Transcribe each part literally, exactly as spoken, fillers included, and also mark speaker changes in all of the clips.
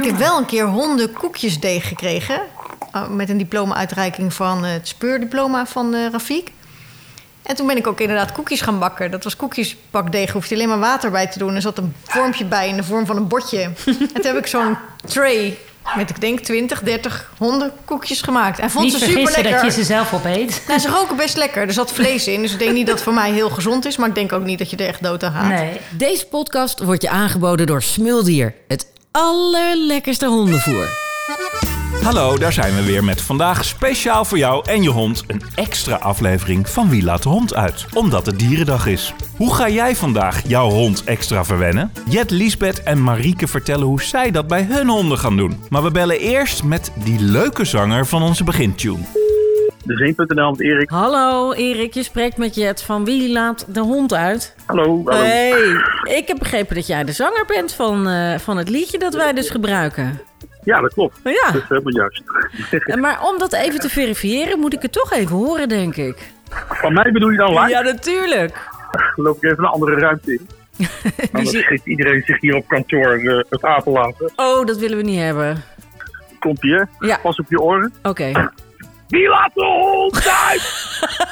Speaker 1: Ik heb wel een keer hondenkoekjesdeeg gekregen. Uh, met een diploma-uitreiking van uh, het speurdiploma van uh, Rafiek. En toen ben ik ook inderdaad koekjes gaan bakken. Dat was koekjesbakdeeg. Hoefde je alleen maar water bij te doen. Er zat een vormpje bij in de vorm van een bordje. En toen heb ik zo'n tray met, ik denk, twintig, dertig hondenkoekjes gemaakt. En vond
Speaker 2: niet
Speaker 1: ze super lekker.
Speaker 2: Dat je ze zelf opeet.
Speaker 1: Nou, ze roken best lekker. Er zat vlees in. Dus ik denk niet dat het voor mij heel gezond is. Maar ik denk ook niet dat je er echt dood aan gaat.
Speaker 2: Nee.
Speaker 3: Deze podcast wordt je aangeboden door Smuldier. Het allerlekkerste hondenvoer.
Speaker 4: Hallo, daar zijn we weer met vandaag speciaal voor jou en je hond een extra aflevering van Wie laat de hond uit? Omdat het dierendag is. Hoe ga jij vandaag jouw hond extra verwennen? Jet, Liesbeth en Marieke vertellen hoe zij dat bij hun honden gaan doen. Maar we bellen eerst met die leuke zanger van onze begintune.
Speaker 5: De Zeen punt n l met Erik.
Speaker 3: Hallo Erik, je spreekt met Jet van Wie laat de hond uit?
Speaker 5: Hallo, hallo.
Speaker 3: Hey, ik heb begrepen dat jij de zanger bent van, uh, van het liedje dat wij dus gebruiken.
Speaker 5: Ja, dat klopt.
Speaker 3: Ja.
Speaker 5: Dat is helemaal juist.
Speaker 3: Maar om dat even te verifiëren moet ik het toch even horen, denk ik.
Speaker 5: Van mij bedoel je dan live?
Speaker 3: Ja, natuurlijk.
Speaker 5: Dan loop ik even een andere ruimte in. Dan
Speaker 3: zie...
Speaker 5: geeft iedereen zich hier op kantoor uh, het apen laten.
Speaker 3: Oh, dat willen we niet hebben.
Speaker 5: Komt ie, hè?
Speaker 3: Ja.
Speaker 5: Pas op je oren.
Speaker 3: Oké. Okay.
Speaker 5: Wie laat de hond uit?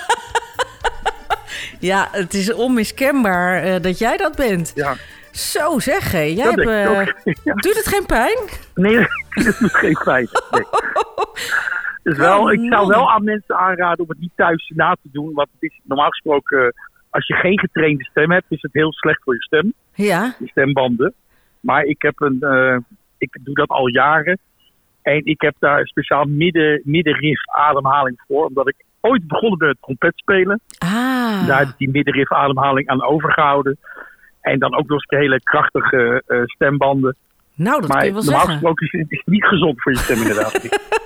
Speaker 3: Ja, het is onmiskenbaar uh, dat jij dat bent.
Speaker 5: Ja.
Speaker 3: Zo zeg, hé. Jij
Speaker 5: dat
Speaker 3: hebt, uh,
Speaker 5: ja.
Speaker 3: Doet het geen pijn?
Speaker 5: Nee, dat doet geen pijn. Nee. Dus wel, oh, ik zou wel aan mensen aanraden om het niet thuis na te doen. Want het is normaal gesproken, uh, als je geen getrainde stem hebt, is het heel slecht voor je stem.
Speaker 3: Ja.
Speaker 5: Je stembanden. Maar ik heb een, uh, ik doe dat al jaren. En ik heb daar een speciaal midden, middenrif ademhaling voor. Omdat ik ooit begonnen ben met trompet spelen.
Speaker 3: Ah.
Speaker 5: Daar heb ik die middenrif ademhaling aan overgehouden. En dan ook nog eens hele krachtige uh, stembanden.
Speaker 3: Nou, dat
Speaker 5: maar
Speaker 3: kun je wel
Speaker 5: normaal
Speaker 3: zeggen.
Speaker 5: gesproken is het niet gezond voor je stem inderdaad.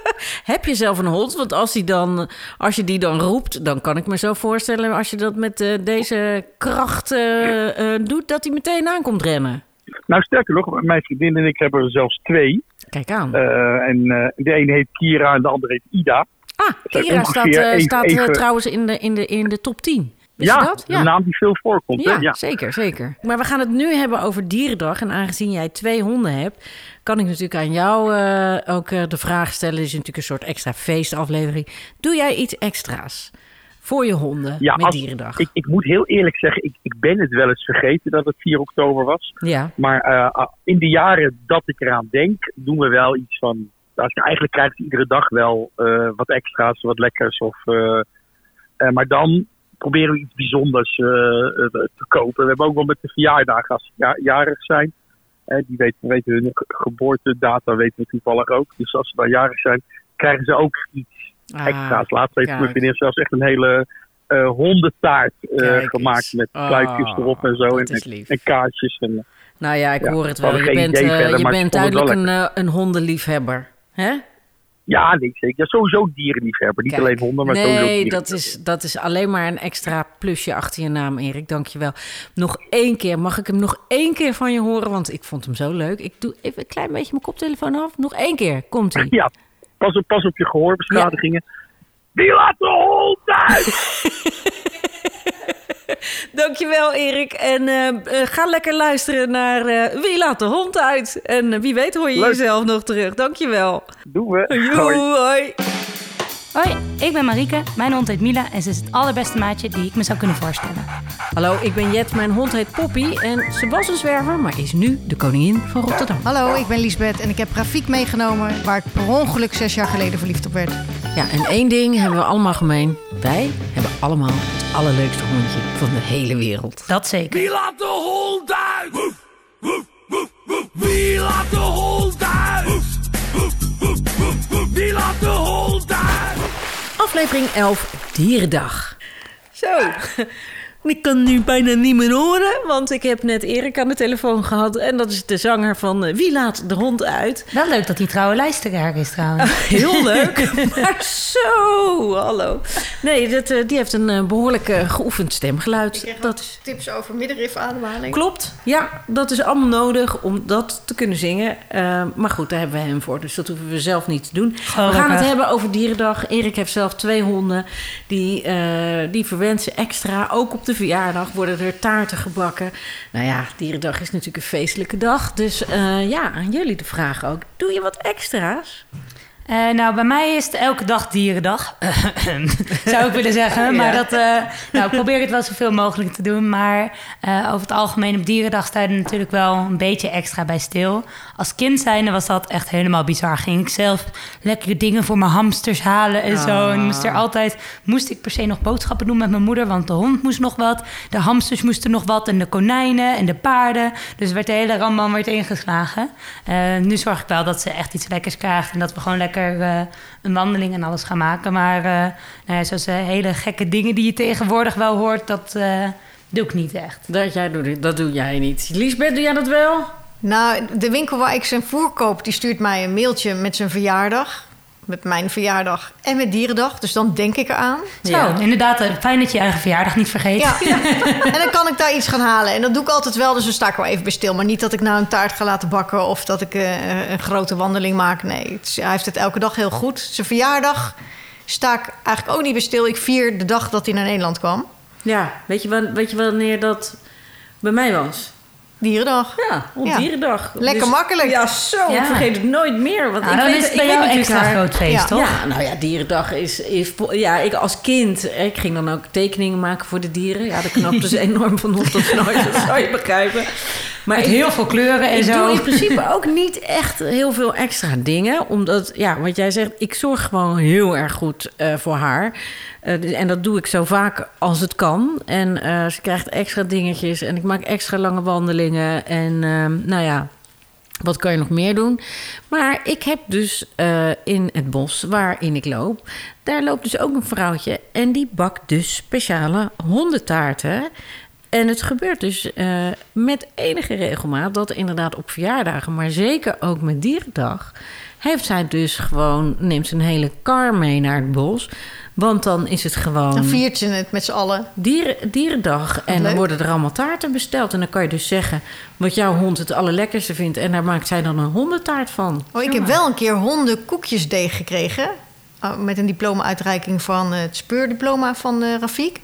Speaker 3: Heb je zelf een hond? Want als, die dan, als je die dan roept, dan kan ik me zo voorstellen... als je dat met uh, deze kracht uh, uh, doet, dat hij meteen aankomt rennen.
Speaker 5: Nou, sterker nog, mijn vriendin en ik hebben er zelfs twee.
Speaker 3: Kijk aan.
Speaker 5: Uh, en uh, de ene heet Kira en de andere heet Ida.
Speaker 3: Ah, Kira staat, uh, even, staat even... Uh, trouwens in de, in, de, in de top tien. Wist
Speaker 5: ja,
Speaker 3: je dat? Ja,
Speaker 5: een naam die veel voorkomt.
Speaker 3: Ja,
Speaker 5: hè? Ja,
Speaker 3: zeker, zeker. Maar we gaan het nu hebben over dierendag. En aangezien jij twee honden hebt, kan ik natuurlijk aan jou uh, ook uh, de vraag stellen. Dit is natuurlijk een soort extra feestaflevering. Doe jij iets extra's voor je honden
Speaker 5: ja,
Speaker 3: met
Speaker 5: als,
Speaker 3: dierendag?
Speaker 5: Ik, ik moet heel eerlijk zeggen, ik, ik ben het wel eens vergeten dat het vier oktober was.
Speaker 3: Ja.
Speaker 5: Maar uh, in de jaren dat ik eraan denk, doen we wel iets van... Als je eigenlijk krijgt iedere dag wel uh, wat extra's, wat lekkers. Of, uh, uh, maar dan... proberen we iets bijzonders uh, uh, te kopen. We hebben ook wel met de verjaardagen als ze ja, jarig zijn. Uh, die weten, weten hun geboortedata weten we toevallig ook. Dus als ze dan jarig zijn, krijgen ze ook iets ah, extra's. Laatst heeft mijn vriendin zelfs echt een hele uh, hondentaart uh, gemaakt. Eens. Met kluitjes oh, erop en zo. En, en, en kaartjes. En,
Speaker 3: nou ja, ik
Speaker 5: ja,
Speaker 3: hoor het wel. Je bent, uh, verder, je bent duidelijk een, uh, een hondenliefhebber. Hè?
Speaker 5: Ja, nee, zeker. Ja, sowieso dierenliefhebber. Niet Kijk, alleen honden, maar
Speaker 3: nee,
Speaker 5: sowieso
Speaker 3: Nee, dat is, dat is alleen maar een extra plusje achter je naam, Erik. Dank je wel. Nog één keer. Mag ik hem nog één keer van je horen? Want ik vond hem zo leuk. Ik doe even een klein beetje mijn koptelefoon af. Nog één keer. Komt-ie.
Speaker 5: Ja, pas op, pas op je gehoorbeschadigingen. Ja. Wie laat de hond uit?
Speaker 3: Dankjewel, Erik. En uh, uh, ga lekker luisteren naar uh, Wie laat de hond uit? En uh, wie weet hoor je Leuk. jezelf nog terug. Dankjewel.
Speaker 5: Doen we.
Speaker 3: Joe, hoi. hoi.
Speaker 2: Hoi, ik ben Marieke. Mijn hond heet Mila en ze is het allerbeste maatje die ik me zou kunnen voorstellen.
Speaker 3: Hallo, ik ben Jet. Mijn hond heet Poppy. En ze was een zwerver, maar is nu de koningin van Rotterdam.
Speaker 1: Hallo, ik ben Liesbeth en ik heb Rafiek meegenomen... waar ik per ongeluk zes jaar geleden verliefd op werd.
Speaker 3: Ja, en één ding hebben we allemaal gemeen. Wij hebben allemaal het allerleukste hondje van de hele wereld.
Speaker 2: Dat zeker.
Speaker 6: Wie laat de hond uit? Woef, woef, woef, woef. Wie laat de hond uit? Woef, woef, woef, woef, woef. Wie laat de hond uit?
Speaker 3: Aflevering elf, Dierendag. Zo, ik kan nu bijna niet meer horen, want ik heb net Erik aan de telefoon gehad. En dat is de zanger van uh, Wie laat de hond uit?
Speaker 2: Wel leuk dat hij trouwe luisteraar is trouwens.
Speaker 3: Uh, heel leuk, maar zo, hallo. Nee, dat, uh, die heeft een uh, behoorlijk uh, geoefend stemgeluid.
Speaker 1: Ik krijg
Speaker 3: dat is
Speaker 1: tips over middenrifademhaling.
Speaker 3: Klopt, ja, dat is allemaal nodig om dat te kunnen zingen. Uh, maar goed, daar hebben we hem voor, dus dat hoeven we zelf niet te doen. Oh, we gaan het hebben over Dierendag. Erik heeft zelf twee honden, die, uh, die verwensen extra, ook op de de verjaardag worden er taarten gebakken. Nou ja, dierendag is natuurlijk een feestelijke dag. Dus uh, ja, aan jullie de vraag ook. Doe je wat extra's?
Speaker 2: Uh, nou, bij mij is het elke dag dierendag. Zou ik willen zeggen. Ja. Maar dat, uh, nou, ik probeer het wel zoveel mogelijk te doen. Maar uh, over het algemeen op dierendag sta je er natuurlijk wel een beetje extra bij stil. Als kind zijnde was dat echt helemaal bizar. Ging ik zelf lekkere dingen voor mijn hamsters halen en oh. zo. En moest er altijd, moest ik per se nog boodschappen doen met mijn moeder. Want de hond moest nog wat. De hamsters moesten nog wat. En de konijnen en de paarden. Dus werd de hele rambam werd ingeslagen. Uh, nu zorg ik wel dat ze echt iets lekkers krijgt. En dat we gewoon lekker Uh, een wandeling en alles gaan maken. Maar uh, nou ja, zoals uh, hele gekke dingen die je tegenwoordig wel hoort, dat uh, doe ik niet echt.
Speaker 3: Dat, jij doet, dat doe jij niet. Liesbeth, doe jij dat wel?
Speaker 1: Nou, de winkel waar ik zijn voer koop, die stuurt mij een mailtje met zijn verjaardag. Met mijn verjaardag en met dierendag. Dus dan denk ik eraan.
Speaker 2: Zo, ja. Inderdaad. Fijn dat je je eigen verjaardag niet vergeet. Ja.
Speaker 1: Ja. En dan kan ik daar iets gaan halen. En dat doe ik altijd wel. Dus dan sta ik wel even bij stil. Maar niet dat ik nou een taart ga laten bakken. Of dat ik uh, een grote wandeling maak. Nee, het is, hij heeft het elke dag heel goed. Zijn verjaardag sta ik eigenlijk ook niet bij stil. Ik vier de dag dat hij naar Nederland kwam.
Speaker 3: Ja, weet je, weet je wanneer dat bij mij was?
Speaker 1: Dierendag.
Speaker 3: Ja, op ja. Dierendag.
Speaker 1: Lekker
Speaker 3: dus,
Speaker 1: makkelijk.
Speaker 3: Ja, zo.
Speaker 2: Ja.
Speaker 3: Ik vergeet het nooit meer. Want
Speaker 2: nou,
Speaker 3: ik
Speaker 2: dan
Speaker 3: weet,
Speaker 2: is het
Speaker 3: ik
Speaker 2: bij jou
Speaker 3: weet
Speaker 2: extra
Speaker 3: haar...
Speaker 2: groot feest,
Speaker 1: ja.
Speaker 2: toch?
Speaker 3: Ja, nou ja, Dierendag is, is... Ja, ik als kind... Ik ging dan ook tekeningen maken voor de dieren. Ja, dat knapt dus enorm van hond tot nooit. Dat zou je begrijpen. Maar
Speaker 2: met
Speaker 3: ik,
Speaker 2: heel veel kleuren en
Speaker 3: ik
Speaker 2: zo.
Speaker 3: Ik doe in principe ook niet echt heel veel extra dingen. Omdat, ja, wat jij zegt... Ik zorg gewoon heel erg goed uh, voor haar. Uh, en dat doe ik zo vaak als het kan. En uh, ze krijgt extra dingetjes. En ik maak extra lange wandelingen. En uh, nou ja, wat kan je nog meer doen? Maar ik heb dus uh, in het bos waarin ik loop... daar loopt dus ook een vrouwtje. En die bakt dus speciale hondentaarten. En het gebeurt dus uh, met enige regelmaat... dat inderdaad op verjaardagen, maar zeker ook met dierendag... heeft zij dus gewoon... neemt ze een hele kar mee naar het bos... Want dan is het gewoon...
Speaker 1: Dan viert je het met z'n allen.
Speaker 3: Dieren, dierendag. En
Speaker 1: leuk.
Speaker 3: Dan worden er allemaal taarten besteld. En dan kan je dus zeggen wat jouw hond het allerlekkerste vindt. En daar maakt zij dan een hondentaart van.
Speaker 1: Oh, ik heb wel een keer hondenkoekjesdeeg gekregen. Uh, met een diploma-uitreiking van uh, het speurdiploma van uh, Rafiek.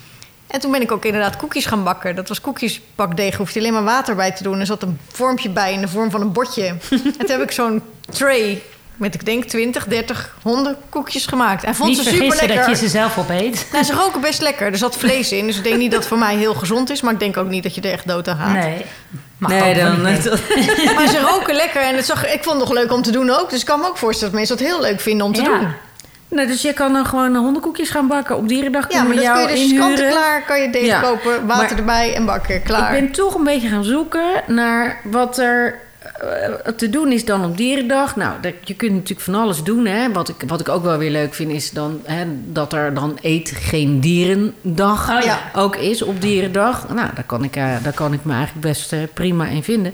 Speaker 1: En toen ben ik ook inderdaad koekjes gaan bakken. Dat was koekjesbakdeeg. Hoefde je alleen maar water bij te doen. Er zat een vormpje bij in de vorm van een bordje. En toen heb ik zo'n tray... met, ik denk, twintig, dertig hondenkoekjes gemaakt. En vond
Speaker 2: niet
Speaker 1: ze super lekker.
Speaker 2: Niet vergissen dat je ze zelf opeet.
Speaker 1: Nou, ze roken best lekker. Er zat vlees in. Dus ik denk niet dat het voor mij heel gezond is. Maar ik denk ook niet dat je er echt dood aan gaat.
Speaker 2: Nee. Mag
Speaker 3: nee, dan...
Speaker 2: niet.
Speaker 1: Maar ze roken lekker. En het zag, ik vond het nog leuk om te doen ook. Dus ik kan me ook voorstellen dat mensen dat heel leuk vinden om te
Speaker 2: ja.
Speaker 1: doen.
Speaker 3: Nou, dus je kan dan gewoon hondenkoekjes gaan bakken. Op dierendag
Speaker 1: ja, maar
Speaker 3: dat
Speaker 1: jou kun je dus
Speaker 3: inhuren.
Speaker 1: kant-en-klaar. Kan je deeg
Speaker 3: ja.
Speaker 1: kopen, water maar erbij en bakken. Klaar.
Speaker 3: Ik ben toch een beetje gaan zoeken naar wat er uh, te doen is dan op dierendag. Nou, dat, je kunt natuurlijk van alles doen. Hè. Wat, ik, wat ik ook wel weer leuk vind is dan, hè, dat er dan Eet Geen Dierendag
Speaker 1: oh, ja.
Speaker 3: ook is op dierendag. Nou, daar kan ik, uh, daar kan ik me eigenlijk best uh, prima in vinden.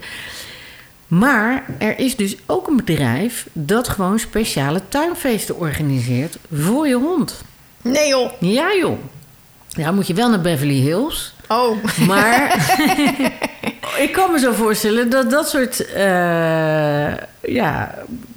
Speaker 3: Maar er is dus ook een bedrijf dat gewoon speciale tuinfeesten organiseert voor je hond.
Speaker 1: Nee joh.
Speaker 3: Ja joh. Ja, moet je wel naar Beverly Hills.
Speaker 1: Oh.
Speaker 3: Maar ik kan me zo voorstellen dat dat soort uh, ja,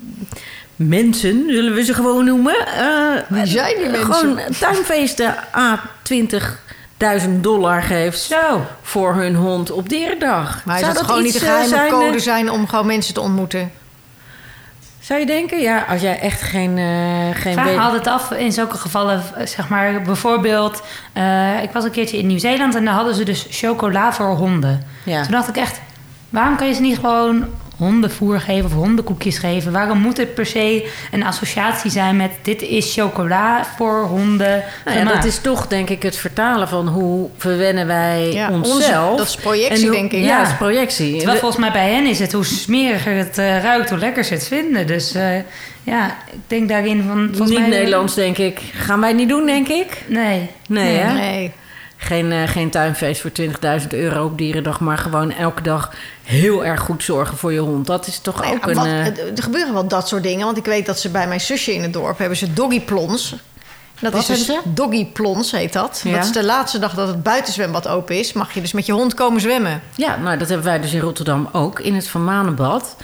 Speaker 3: mensen, zullen we ze gewoon noemen. Uh,
Speaker 1: Wie zijn die mensen?
Speaker 3: Gewoon tuinfeesten à twintigduizend dollar geeft
Speaker 2: Zo.
Speaker 3: voor hun hond op dierendag.
Speaker 1: Maar
Speaker 3: zou
Speaker 1: dat gewoon niet de geheime
Speaker 3: zijn,
Speaker 1: code zijn om gewoon mensen te ontmoeten?
Speaker 3: Zou je denken? Ja, als jij echt geen... Uh, geen
Speaker 2: Vraag
Speaker 3: weet...
Speaker 2: me altijd af in zulke gevallen, zeg maar, bijvoorbeeld... Uh, ik was een keertje in Nieuw-Zeeland en daar hadden ze dus chocola voor honden.
Speaker 3: Ja.
Speaker 2: Toen dacht ik echt, waarom kan je ze niet gewoon hondenvoer geven of hondenkoekjes geven? Waarom moet het per se een associatie zijn met dit is chocola voor honden?
Speaker 3: Nou ja, dat is toch denk ik het vertalen van hoe verwennen wij
Speaker 1: Ja,
Speaker 3: onszelf.
Speaker 1: onze, dat is projectie,
Speaker 3: hoe,
Speaker 1: denk ik.
Speaker 3: Ja,
Speaker 2: Ja.
Speaker 3: dat is projectie.
Speaker 2: Terwijl volgens mij bij hen is het hoe smeriger het uh, ruikt, hoe lekker ze het vinden. Dus uh, ja, ik denk daarin van... volgens
Speaker 3: Niet
Speaker 2: mij,
Speaker 3: Nederlands, denk ik. Gaan wij niet doen, denk ik?
Speaker 2: Nee.
Speaker 3: Nee, hè?
Speaker 1: Nee.
Speaker 3: Geen, uh, geen tuinfeest voor twintigduizend euro op dierendag... maar gewoon elke dag heel erg goed zorgen voor je hond. Dat is toch
Speaker 1: Nou
Speaker 3: ook
Speaker 1: ja,
Speaker 3: een...
Speaker 1: wat,
Speaker 3: Uh...
Speaker 1: er gebeuren wel dat soort dingen. Want ik weet dat ze bij mijn zusje in het dorp... hebben ze doggyplons. Dat
Speaker 3: Wat
Speaker 1: is dus
Speaker 3: hebben ze?
Speaker 1: doggyplons, heet dat.
Speaker 3: Ja.
Speaker 1: Dat is de laatste dag dat het buitenzwembad open is. Mag je dus met je hond komen zwemmen.
Speaker 3: Ja, nou, dat hebben wij dus in Rotterdam ook. In het Van Manenbad.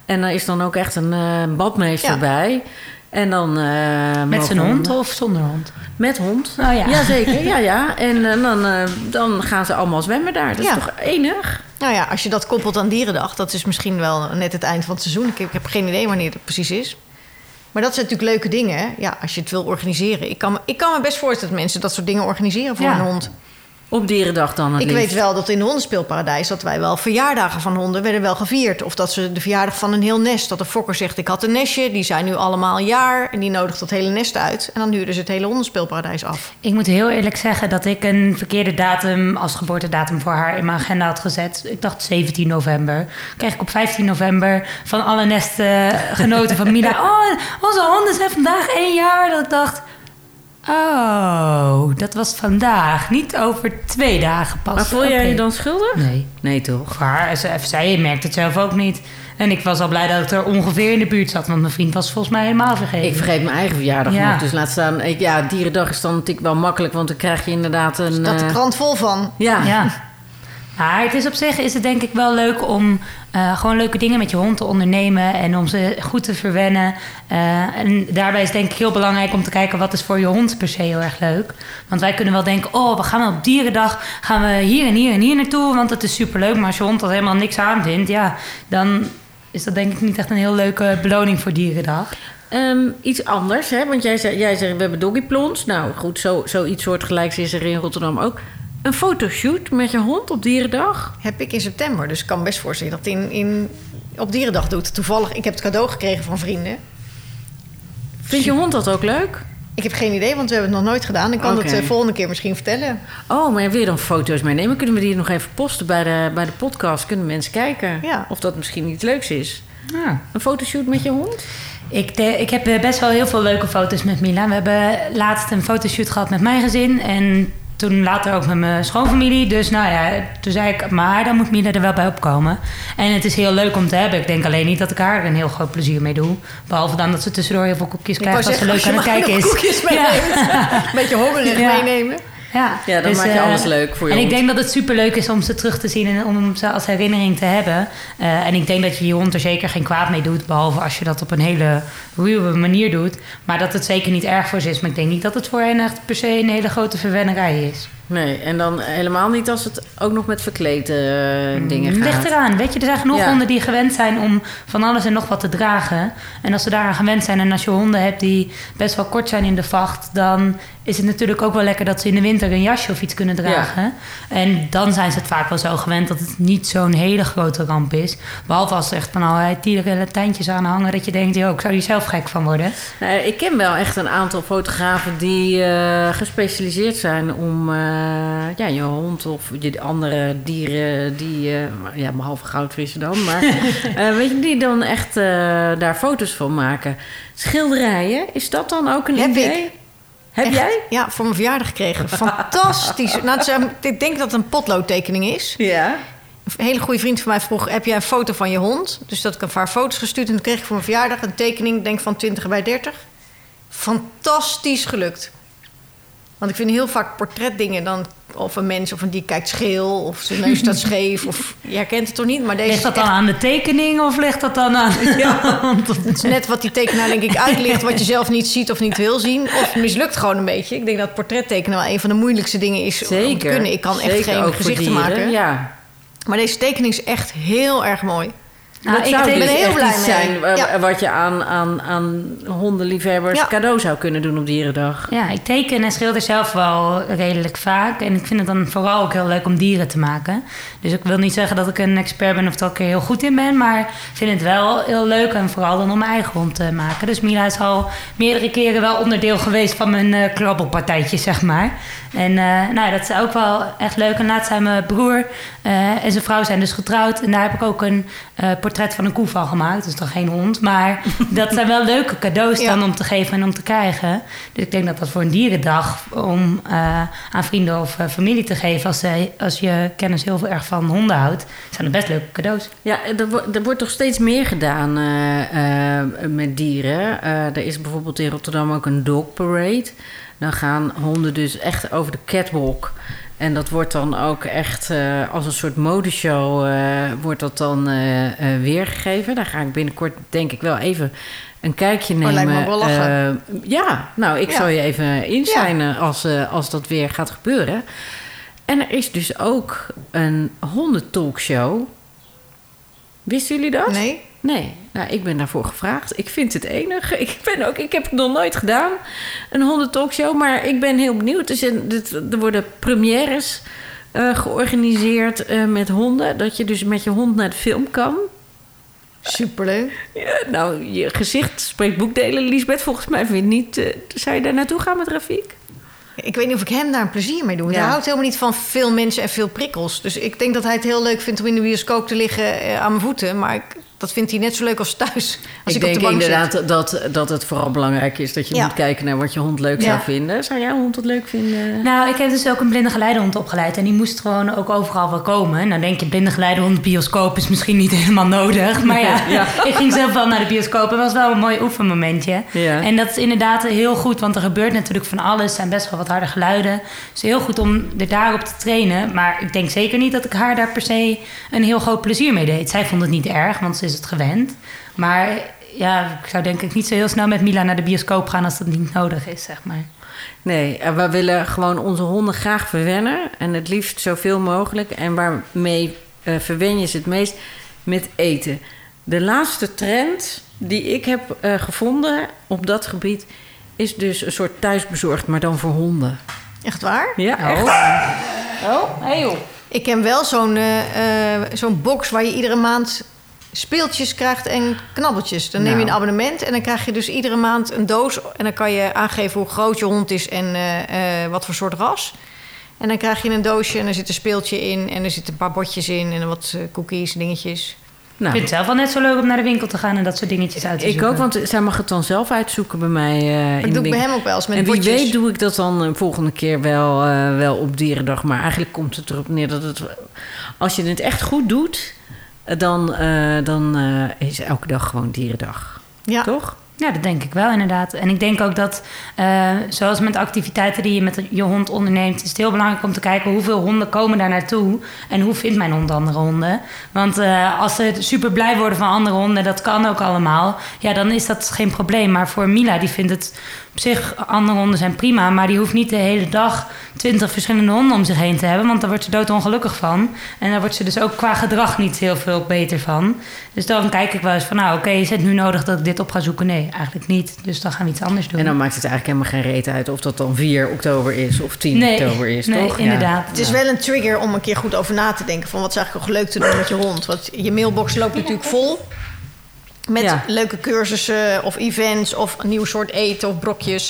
Speaker 3: En er is dan ook echt een uh, badmeester
Speaker 1: Ja.
Speaker 3: bij. En dan... Uh,
Speaker 2: Met zijn hond of zonder hond?
Speaker 3: Met hond.
Speaker 2: Oh ja.
Speaker 3: Jazeker, ja, ja. En uh, dan, uh, dan gaan ze allemaal zwemmen daar. Dat
Speaker 1: Ja.
Speaker 3: is toch enig?
Speaker 1: Nou ja, als je dat koppelt aan Dierendag... dat is misschien wel net het eind van het seizoen. Ik heb, ik heb geen idee wanneer het precies is. Maar dat zijn natuurlijk leuke dingen, hè? Ja, als je het wil organiseren. Ik kan, me, ik kan me best voorstellen dat mensen dat soort dingen organiseren voor
Speaker 2: Ja.
Speaker 1: een hond.
Speaker 3: Op Dierendag dan het
Speaker 1: Ik
Speaker 3: liefst.
Speaker 1: weet wel dat in de hondenspeelparadijs... dat wij wel verjaardagen van honden werden wel gevierd. Of dat ze de verjaardag van een heel nest. Dat de fokker zegt, ik had een nestje, die zijn nu allemaal een jaar... en die nodigt dat hele nest uit. En dan huurden ze het hele hondenspeelparadijs af.
Speaker 2: Ik moet heel eerlijk zeggen dat ik een verkeerde datum als geboortedatum voor haar in mijn agenda had gezet. Ik dacht zeventien november. Kreeg ik op vijftien november van alle nestgenoten van Mila... oh, onze honden zijn vandaag één jaar. Dat ik dacht... Oh, dat was vandaag. Niet over twee dagen pas.
Speaker 3: Maar voel jij
Speaker 2: Oké.
Speaker 3: je dan schuldig?
Speaker 2: Nee.
Speaker 3: Nee, toch?
Speaker 2: Voor haar, ze- zij merkt het zelf ook niet. En ik was al blij dat ik er ongeveer in de buurt zat. Want mijn vriend was volgens mij helemaal vergeten.
Speaker 3: Ik vergeet mijn eigen verjaardag
Speaker 2: Ja.
Speaker 3: nog. Dus laat staan... ik- Ja, Dierendag is dan natuurlijk wel makkelijk... want dan krijg je inderdaad een...
Speaker 1: Dat de
Speaker 3: uh,
Speaker 1: krant vol van.
Speaker 3: Ja.
Speaker 2: Ja. Maar het is op zich is het denk ik wel leuk om uh, gewoon leuke dingen met je hond te ondernemen en om ze goed te verwennen. Uh, en daarbij is denk ik heel belangrijk om te kijken wat is voor je hond per se heel erg leuk. Want wij kunnen wel denken, oh, we gaan op Dierendag, gaan we hier en hier en hier naartoe, want dat is superleuk. Maar als je hond dat helemaal niks aan vindt, ja, dan is dat denk ik niet echt een heel leuke beloning voor Dierendag.
Speaker 3: Um, iets anders, hè? Want jij zegt, jij zegt we hebben doggyplons. Nou goed, zo, zoiets soortgelijks is er in Rotterdam ook. Een fotoshoot met je hond op Dierendag?
Speaker 1: Heb ik in september. Dus ik kan me best voorstellen dat in, in, op Dierendag doet. Toevallig, ik heb het cadeau gekregen van vrienden.
Speaker 3: Vindt je hond dat ook leuk?
Speaker 1: Ik heb geen idee, want we hebben het nog nooit gedaan. Ik kan
Speaker 3: Oké.
Speaker 1: het de volgende keer misschien vertellen.
Speaker 3: Oh, maar wil je dan foto's meenemen? Kunnen we die nog even posten bij de, bij de podcast? Kunnen mensen kijken
Speaker 1: Ja.
Speaker 3: of dat misschien iets leuks is?
Speaker 2: Ja.
Speaker 3: Een fotoshoot met je hond?
Speaker 2: Ik, de, ik heb eh, best wel heel veel leuke foto's met Mila. We hebben laatst een fotoshoot gehad met mijn gezin. En toen later ook met mijn schoonfamilie. Dus nou ja, toen zei ik, maar dan moet Mila er wel bij opkomen. En het is heel leuk om te hebben. Ik denk alleen niet dat ik haar er een heel groot plezier mee doe. Behalve dan dat ze tussendoor heel veel koekjes
Speaker 1: Ik
Speaker 2: krijgt
Speaker 1: wou
Speaker 2: als ze
Speaker 1: zeggen,
Speaker 2: leuk aan het
Speaker 1: als je
Speaker 2: kijken
Speaker 1: maar
Speaker 2: is.
Speaker 1: nog koekjes meeneemt. Een beetje hongerig
Speaker 2: Ja.
Speaker 1: meenemen.
Speaker 2: Ja,
Speaker 3: Ja, dan
Speaker 2: dus,
Speaker 3: maak je
Speaker 2: eh,
Speaker 3: alles leuk voor je
Speaker 2: En ik
Speaker 3: hond.
Speaker 2: denk dat het superleuk is om ze terug te zien en om ze als herinnering te hebben. Uh, en ik denk dat je je hond er zeker geen kwaad mee doet, behalve als je dat op een hele ruwe manier doet. Maar dat het zeker niet erg voor ze is. Maar ik denk niet dat het voor hen echt per se een hele grote verwennerij is.
Speaker 3: Nee, en dan helemaal niet als het ook nog met verklede uh, dingen gaat.
Speaker 2: Ligt eraan. Weet je, er zijn genoeg
Speaker 3: Ja.
Speaker 2: honden die gewend zijn om van alles en nog wat te dragen. En als ze daaraan gewend zijn en als je honden hebt die best wel kort zijn in de vacht, dan is het natuurlijk ook wel lekker dat ze in de winter een jasje of iets kunnen dragen. Ja. En dan zijn ze het vaak wel zo gewend dat het niet zo'n hele grote ramp is. Behalve als er echt van allerlei tieren tijntjes aan hangen dat je denkt, joh, ik zou hier zelf gek van worden.
Speaker 3: Nou, ik ken wel echt een aantal fotografen die uh, gespecialiseerd zijn om uh, ja, je hond of je andere dieren die, uh, ja, behalve goudvissen dan, maar uh, weet je, die dan echt uh, daar foto's van maken. Schilderijen, is dat dan ook een
Speaker 1: Heb
Speaker 3: idee?
Speaker 1: ik.
Speaker 3: Heb
Speaker 1: Echt?
Speaker 3: jij?
Speaker 1: Ja, voor mijn verjaardag gekregen. Fantastisch. Nou, het is, um, ik denk dat het een potloodtekening is.
Speaker 3: Ja.
Speaker 1: Een hele goede vriend van mij vroeg, heb jij een foto van je hond? Dus dat ik een paar foto's gestuurd. En toen kreeg ik voor mijn verjaardag een tekening, denk van twintig bij dertig. Fantastisch gelukt. Want ik vind heel vaak portretdingen dan, of een mens of een dier kijkt scheel, of zijn neus staat scheef, of je herkent het toch niet. Maar deze
Speaker 2: Ligt dat
Speaker 1: is
Speaker 2: dan
Speaker 1: echt,
Speaker 2: aan de tekening of ligt dat dan aan...
Speaker 1: Ja, het is net wat die tekenaar denk ik uitlicht, wat je zelf niet ziet of niet wil zien. Of mislukt gewoon een beetje. Ik denk dat portrettekenen wel een van de moeilijkste dingen is
Speaker 3: Zeker.
Speaker 1: om te kunnen. Ik kan echt
Speaker 3: Zeker,
Speaker 1: geen
Speaker 3: ook voor
Speaker 1: gezichten
Speaker 3: dieren,
Speaker 1: maken.
Speaker 3: Ja.
Speaker 1: Maar deze tekening is echt heel erg mooi.
Speaker 2: Nou,
Speaker 3: dat
Speaker 2: ik
Speaker 3: zou
Speaker 2: teken-
Speaker 3: dus
Speaker 1: ben heel
Speaker 3: echt
Speaker 1: blij
Speaker 3: iets
Speaker 1: mee.
Speaker 3: zijn wa-
Speaker 1: Ja.
Speaker 3: wat je aan, aan, aan hondenliefhebbers
Speaker 1: Ja.
Speaker 3: cadeau zou kunnen doen op Dierendag.
Speaker 2: Ja, ik teken en schilder zelf wel redelijk vaak. En ik vind het dan vooral ook heel leuk om dieren te maken. Dus ik wil niet zeggen dat ik een expert ben of dat ik er heel goed in ben. Maar ik vind het wel heel leuk en vooral dan om mijn eigen hond te maken. Dus Mila is al meerdere keren wel onderdeel geweest van mijn uh, krabbelpartijtje, zeg maar. En uh, nou, dat is ook wel echt leuk. En laatst zijn mijn broer uh, en zijn vrouw zijn dus getrouwd. En daar heb ik ook een uh, portret van een koe van gemaakt. Dat is dan geen hond. Maar dat zijn wel leuke cadeaus
Speaker 1: Ja.
Speaker 2: dan om te geven en om te krijgen. Dus ik denk dat dat voor een dierendag om uh, aan vrienden of uh, familie te geven... Als, uh, als je kennis heel veel erg van honden houdt, zijn dat best leuke cadeaus.
Speaker 3: Ja, er, wo- er wordt toch steeds meer gedaan uh, uh, met dieren. Uh, er is bijvoorbeeld in Rotterdam ook een dog parade. Dan gaan honden dus echt over de catwalk. En dat wordt dan ook echt uh, als een soort modeshow uh, wordt dat dan uh, uh, weergegeven. Daar ga ik binnenkort denk ik wel even een kijkje nemen.
Speaker 1: Oh, lijkt me ook wel lachen.
Speaker 3: Uh, ja, nou, ik
Speaker 1: ja.
Speaker 3: zal je even inzijnen
Speaker 1: ja.
Speaker 3: als, uh, als dat weer gaat gebeuren. En er is dus ook een hondentalkshow. Wisten jullie dat?
Speaker 1: Nee.
Speaker 3: Nee, nou, ik ben daarvoor gevraagd. Ik vind het enig. Ik, ben ook, ik heb het nog nooit gedaan, een hondentalkshow. Maar ik ben heel benieuwd. Dus er worden premières uh, georganiseerd uh, met honden. Dat je dus met je hond naar de film kan.
Speaker 1: Superleuk.
Speaker 3: Ja, nou, je gezicht spreekt boekdelen, Liesbeth. Volgens mij vind je niet... Uh, zou je daar naartoe gaan met Rafiek?
Speaker 1: Ik weet niet of ik hem daar een plezier mee doe.
Speaker 3: Ja.
Speaker 1: Hij houdt helemaal niet van veel mensen en veel prikkels. Dus ik denk dat hij het heel leuk vindt om in de bioscoop te liggen uh, aan mijn voeten. Maar ik, dat vindt hij net zo leuk als thuis. Als
Speaker 3: ik,
Speaker 1: ik,
Speaker 3: denk
Speaker 1: op de bank
Speaker 3: inderdaad
Speaker 1: zit.
Speaker 3: dat, dat het vooral belangrijk is dat je
Speaker 1: Ja.
Speaker 3: moet kijken naar wat je hond leuk
Speaker 1: Ja.
Speaker 3: zou vinden. Zou jij hond het leuk vinden?
Speaker 2: Nou, ik heb dus ook een blinde geleidehond opgeleid. En die moest gewoon ook overal wel komen. Nou denk je, blinde geleidehond, bioscoop is misschien niet helemaal nodig. Maar ja,
Speaker 3: Ja.
Speaker 2: ik ging zelf wel naar de bioscoop. En was wel een mooi oefenmomentje.
Speaker 3: Ja.
Speaker 2: En dat is inderdaad heel goed. Want er gebeurt natuurlijk van alles. Er zijn best wel wat harde geluiden. Dus heel goed om er daarop te trainen. Maar ik denk zeker niet dat ik haar daar per se een heel groot plezier mee deed. Zij vond het niet erg, want ze is het gewend. Maar ja, ik zou denk ik niet zo heel snel met Mila naar de bioscoop gaan als dat niet nodig is, zeg maar.
Speaker 3: Nee, we willen gewoon onze honden graag verwennen. En het liefst zoveel mogelijk. En waarmee uh, verwen je ze het meest? Met eten. De laatste trend die ik heb uh, gevonden op dat gebied is dus een soort thuisbezorgd, maar dan voor honden.
Speaker 1: Echt waar?
Speaker 3: Ja,
Speaker 2: Oh.
Speaker 3: echt.
Speaker 2: Oh, hey joh.
Speaker 1: Ik ken wel zo'n uh, uh, zo'n box waar je iedere maand speeltjes krijgt en knabbeltjes. Dan neem je
Speaker 3: Nou.
Speaker 1: een abonnement en dan krijg je dus iedere maand een doos. En dan kan je aangeven hoe groot je hond is en uh, uh, wat voor soort ras. En dan krijg je een doosje en er zit een speeltje in. En er zitten een paar botjes in en wat uh, cookies, dingetjes.
Speaker 3: Nou,
Speaker 2: Ik vind het zelf wel net zo leuk om naar de winkel te gaan en dat soort dingetjes uit te
Speaker 3: ik
Speaker 2: zoeken.
Speaker 3: ook, want zij mag het dan zelf uitzoeken bij mij. Uh,
Speaker 1: Dat
Speaker 3: in
Speaker 1: doe
Speaker 3: de
Speaker 1: ik bij
Speaker 3: winkel.
Speaker 1: hem ook wel eens met
Speaker 3: En wie
Speaker 1: botjes.
Speaker 3: weet doe ik dat dan de volgende keer wel, uh, wel op dierendag. Maar eigenlijk komt het erop neer dat het... Als je het echt goed doet, dan, uh, dan uh, is elke dag gewoon dierendag.
Speaker 1: Ja.
Speaker 3: Toch?
Speaker 2: Ja, dat denk ik wel inderdaad. En ik denk ook dat, uh, zoals met activiteiten die je met je hond onderneemt, is het heel belangrijk om te kijken hoeveel honden komen daar naartoe en hoe vindt mijn hond andere honden. Want uh, als ze super blij worden van andere honden, dat kan ook allemaal, ja, dan is dat geen probleem. Maar voor Mila, die vindt het op zich, andere honden zijn prima, maar die hoeft niet de hele dag twintig verschillende honden om zich heen te hebben, want daar wordt ze doodongelukkig van. En daar wordt ze dus ook qua gedrag niet heel veel beter van. Dus dan kijk ik wel eens van, nou oké, okay, is het nu nodig dat ik dit op ga zoeken? Nee, eigenlijk niet. Dus dan gaan we iets anders doen.
Speaker 3: En dan maakt het eigenlijk helemaal geen reet uit of dat dan vier oktober is of tien
Speaker 2: nee,
Speaker 3: oktober is,
Speaker 2: nee,
Speaker 3: toch?
Speaker 2: inderdaad.
Speaker 1: Het is wel een trigger om een keer goed over na te denken van wat is eigenlijk ook leuk te doen met je hond. Want je mailbox loopt natuurlijk vol met
Speaker 3: Ja.
Speaker 1: leuke cursussen of events of een nieuw soort eten of brokjes.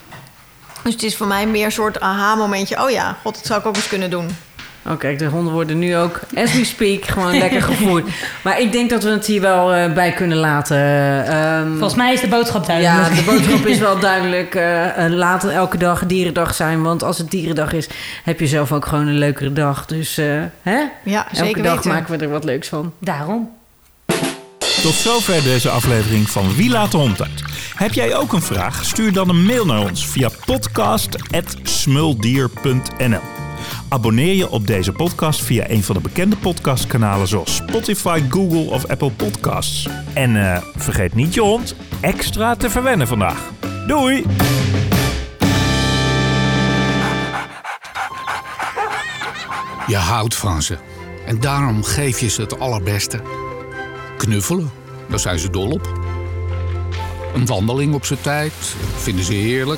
Speaker 1: Dus het is voor mij meer een soort aha-momentje. Oh ja, god, dat zou ik ook eens kunnen doen.
Speaker 3: Oh, kijk, de honden worden nu ook, as we speak, gewoon lekker gevoerd. Maar ik denk dat we het hier wel uh, bij kunnen laten. Um,
Speaker 2: Volgens mij is de boodschap duidelijk.
Speaker 3: Ja, de boodschap is wel duidelijk. Uh, uh, laat elke dag dierendag zijn. Want als het dierendag is, heb je zelf ook gewoon een leukere dag. Dus uh, hè?
Speaker 1: Ja,
Speaker 3: elke
Speaker 1: zeker
Speaker 3: dag
Speaker 1: weten.
Speaker 3: maken we er wat leuks van.
Speaker 2: Daarom.
Speaker 4: Tot zover deze aflevering van Wie laat de hond uit? Heb jij ook een vraag? Stuur dan een mail naar ons via podcast apenstaartje smuldier punt n l. Abonneer je op deze podcast via een van de bekende podcastkanalen zoals Spotify, Google of Apple Podcasts. En uh, vergeet niet je hond extra te verwennen vandaag. Doei!
Speaker 7: Je houdt van ze. En daarom geef je ze het allerbeste. Knuffelen, daar zijn ze dol op. Een wandeling op z'n tijd, vinden ze heerlijk.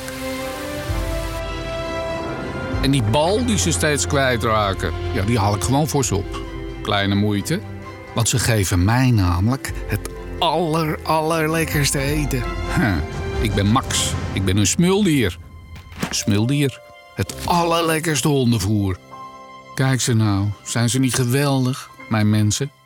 Speaker 7: En die bal die ze steeds kwijtraken, ja, die haal ik gewoon voor ze op. Kleine moeite, want ze geven mij namelijk het aller, allerlekkerste eten. Huh. Ik ben Max, ik ben een smuldier. Smuldier, het allerlekkerste hondenvoer. Kijk ze nou, zijn ze niet geweldig, mijn mensen?